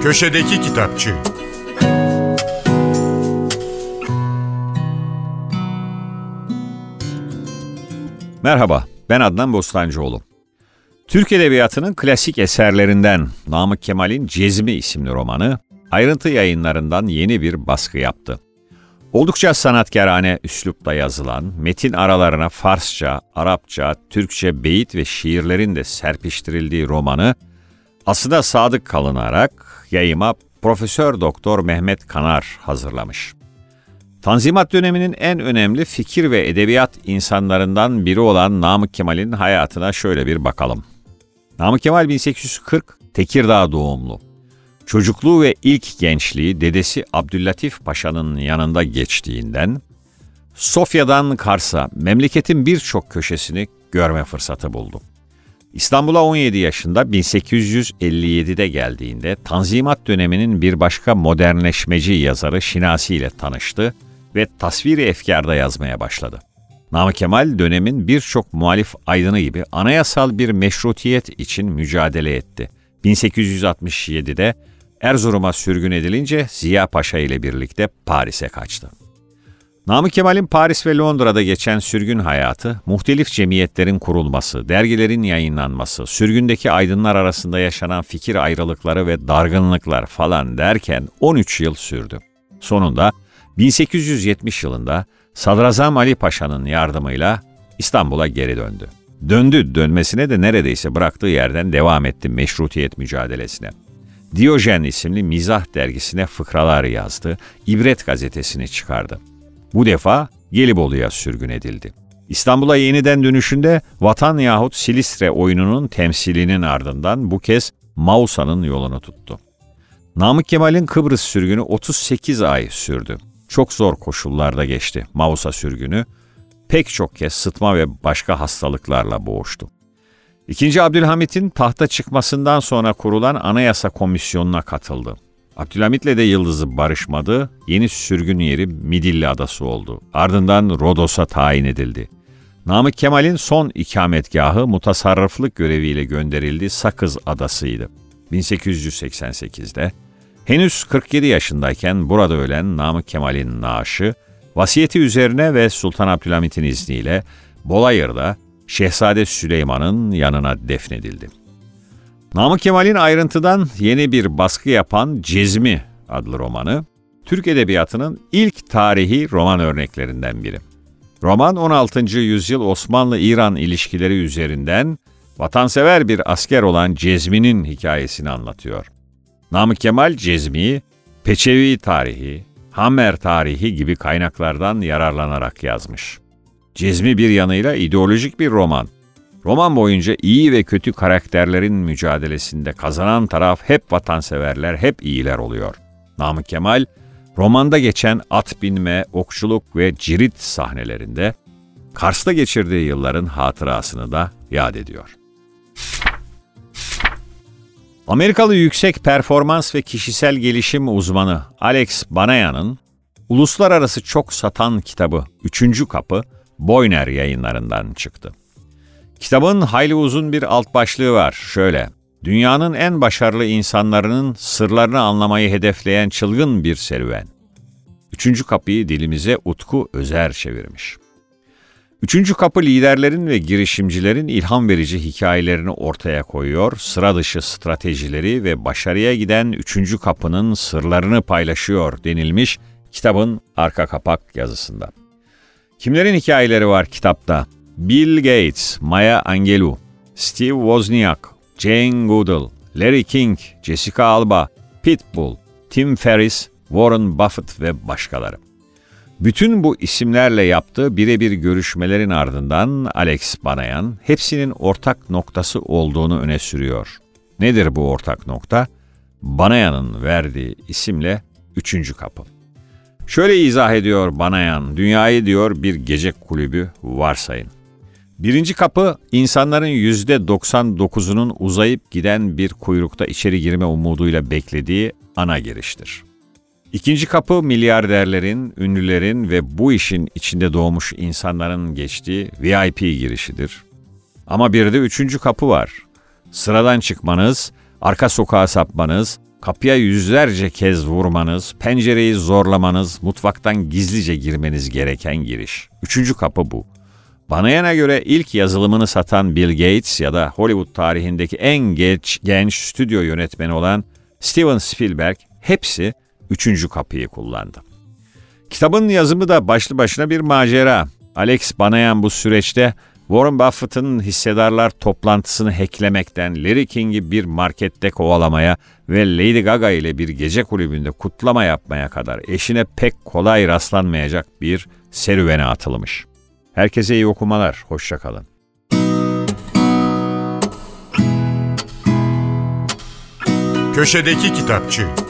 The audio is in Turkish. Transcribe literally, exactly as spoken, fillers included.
Köşedeki Kitapçı. Merhaba, ben Adnan Bostancıoğlu. Türk Edebiyatı'nın klasik eserlerinden Namık Kemal'in Cezmi isimli romanı, Ayrıntı Yayınları'ndan yeni bir baskı yaptı. Oldukça sanatkarane üslupla yazılan, metin aralarına Farsça, Arapça, Türkçe beyit ve şiirlerin de serpiştirildiği romanı, aslına sadık kalınarak yayıma Profesör Doktor Mehmet Kanar hazırlamış. Tanzimat döneminin en önemli fikir ve edebiyat insanlarından biri olan Namık Kemal'in hayatına şöyle bir bakalım. Namık Kemal bin sekiz yüz kırk Tekirdağ doğumlu. Çocukluğu ve ilk gençliği dedesi Abdüllatif Paşa'nın yanında geçtiğinden, Sofya'dan Kars'a memleketin birçok köşesini görme fırsatı buldu. İstanbul'a on yedi yaşında bin sekiz yüz elli yedide geldiğinde Tanzimat döneminin bir başka modernleşmeci yazarı Şinasi ile tanıştı ve Tasvir-i Efkar'da yazmaya başladı. Namık Kemal dönemin birçok muhalif aydını gibi anayasal bir meşrutiyet için mücadele etti. bin sekiz yüz altmış yedide Erzurum'a sürgün edilince Ziya Paşa ile birlikte Paris'e kaçtı. Namık Kemal'in Paris ve Londra'da geçen sürgün hayatı, muhtelif cemiyetlerin kurulması, dergilerin yayınlanması, sürgündeki aydınlar arasında yaşanan fikir ayrılıkları ve dargınlıklar falan derken on üç yıl sürdü. Sonunda bin sekiz yüz yetmiş yılında Sadrazam Ali Paşa'nın yardımıyla İstanbul'a geri döndü. Döndü, dönmesine de neredeyse bıraktığı yerden devam etti meşrutiyet mücadelesine. Diyojen isimli mizah dergisine fıkralar yazdı, İbret gazetesini çıkardı. Bu defa Gelibolu'ya sürgün edildi. İstanbul'a yeniden dönüşünde Vatan yahut Silistre oyununun temsilinin ardından bu kez Mausa'nın yolunu tuttu. Namık Kemal'in Kıbrıs sürgünü otuz sekiz ay sürdü. Çok zor koşullarda geçti Mausa sürgünü. Pek çok kez sıtma ve başka hastalıklarla boğuştu. İkinci Abdülhamit'in tahta çıkmasından sonra kurulan Anayasa Komisyonu'na katıldı. Abdülhamit'le de yıldızı barışmadı, yeni sürgün yeri Midilli Adası oldu. Ardından Rodos'a tayin edildi. Namık Kemal'in son ikametgahı mutasarrıflık göreviyle gönderildiği Sakız Adası'ydı. bin sekiz yüz seksen sekizde henüz kırk yedi yaşındayken burada ölen Namık Kemal'in naaşı, vasiyeti üzerine ve Sultan Abdülhamit'in izniyle Bolayır'da Şehzade Süleyman'ın yanına defnedildi. Namık Kemal'in Ayrıntı'dan yeni bir baskı yapan Cezmi adlı romanı, Türk Edebiyatı'nın ilk tarihi roman örneklerinden biri. Roman on altıncı yüzyıl Osmanlı-İran ilişkileri üzerinden vatansever bir asker olan Cezmi'nin hikayesini anlatıyor. Namık Kemal Cezmi'yi Peçevi tarihi, Hammer tarihi gibi kaynaklardan yararlanarak yazmış. Cezmi bir yanıyla ideolojik bir roman. Roman boyunca iyi ve kötü karakterlerin mücadelesinde kazanan taraf hep vatanseverler, hep iyiler oluyor. Namık Kemal, romanda geçen at binme, okçuluk ve cirit sahnelerinde Kars'ta geçirdiği yılların hatırasını da yad ediyor. Amerikalı yüksek performans ve kişisel gelişim uzmanı Alex Banayan'ın uluslararası çok satan kitabı Üçüncü Kapı, Boyner Yayınlarından çıktı. Kitabın hayli uzun bir alt başlığı var. Şöyle, dünyanın en başarılı insanlarının sırlarını anlamayı hedefleyen çılgın bir serüven. Üçüncü kapıyı dilimize Utku Özer çevirmiş. Üçüncü kapı liderlerin ve girişimcilerin ilham verici hikayelerini ortaya koyuyor, sıra dışı stratejileri ve başarıya giden üçüncü kapının sırlarını paylaşıyor denilmiş kitabın arka kapak yazısında. Kimlerin hikayeleri var kitapta? Bill Gates, Maya Angelou, Steve Wozniak, Jane Goodall, Larry King, Jessica Alba, Pitbull, Tim Ferriss, Warren Buffett ve başkaları. Bütün bu isimlerle yaptığı birebir görüşmelerin ardından Alex Banayan hepsinin ortak noktası olduğunu öne sürüyor. Nedir bu ortak nokta? Banayan'ın verdiği isimle Üçüncü Kapı. Şöyle izah ediyor Banayan, dünyayı diyor bir gece kulübü varsayın. Birinci kapı, insanların yüzde doksan dokuzunun uzayıp giden bir kuyrukta içeri girme umuduyla beklediği ana giriştir. İkinci kapı, milyarderlerin, ünlülerin ve bu işin içinde doğmuş insanların geçtiği V I P girişidir. Ama bir de üçüncü kapı var. Sıradan çıkmanız, arka sokağa sapmanız, Kapıya yüzlerce kez vurmanız, pencereyi zorlamanız, mutfaktan gizlice girmeniz gereken giriş. Üçüncü kapı bu. Banayana göre ilk yazılımını satan Bill Gates ya da Hollywood tarihindeki en genç, genç stüdyo yönetmeni olan Steven Spielberg hepsi üçüncü kapıyı kullandı. Kitabın yazımı da başlı başına bir macera. Alex Banayan bu süreçte Warren Buffett'ın hissedarlar toplantısını hacklemekten, Larry King'i bir markette kovalamaya ve Lady Gaga ile bir gece kulübünde kutlama yapmaya kadar eşine pek kolay rastlanmayacak bir serüvene atılmış. Herkese iyi okumalar, hoşça kalın. Köşedeki Kitapçı.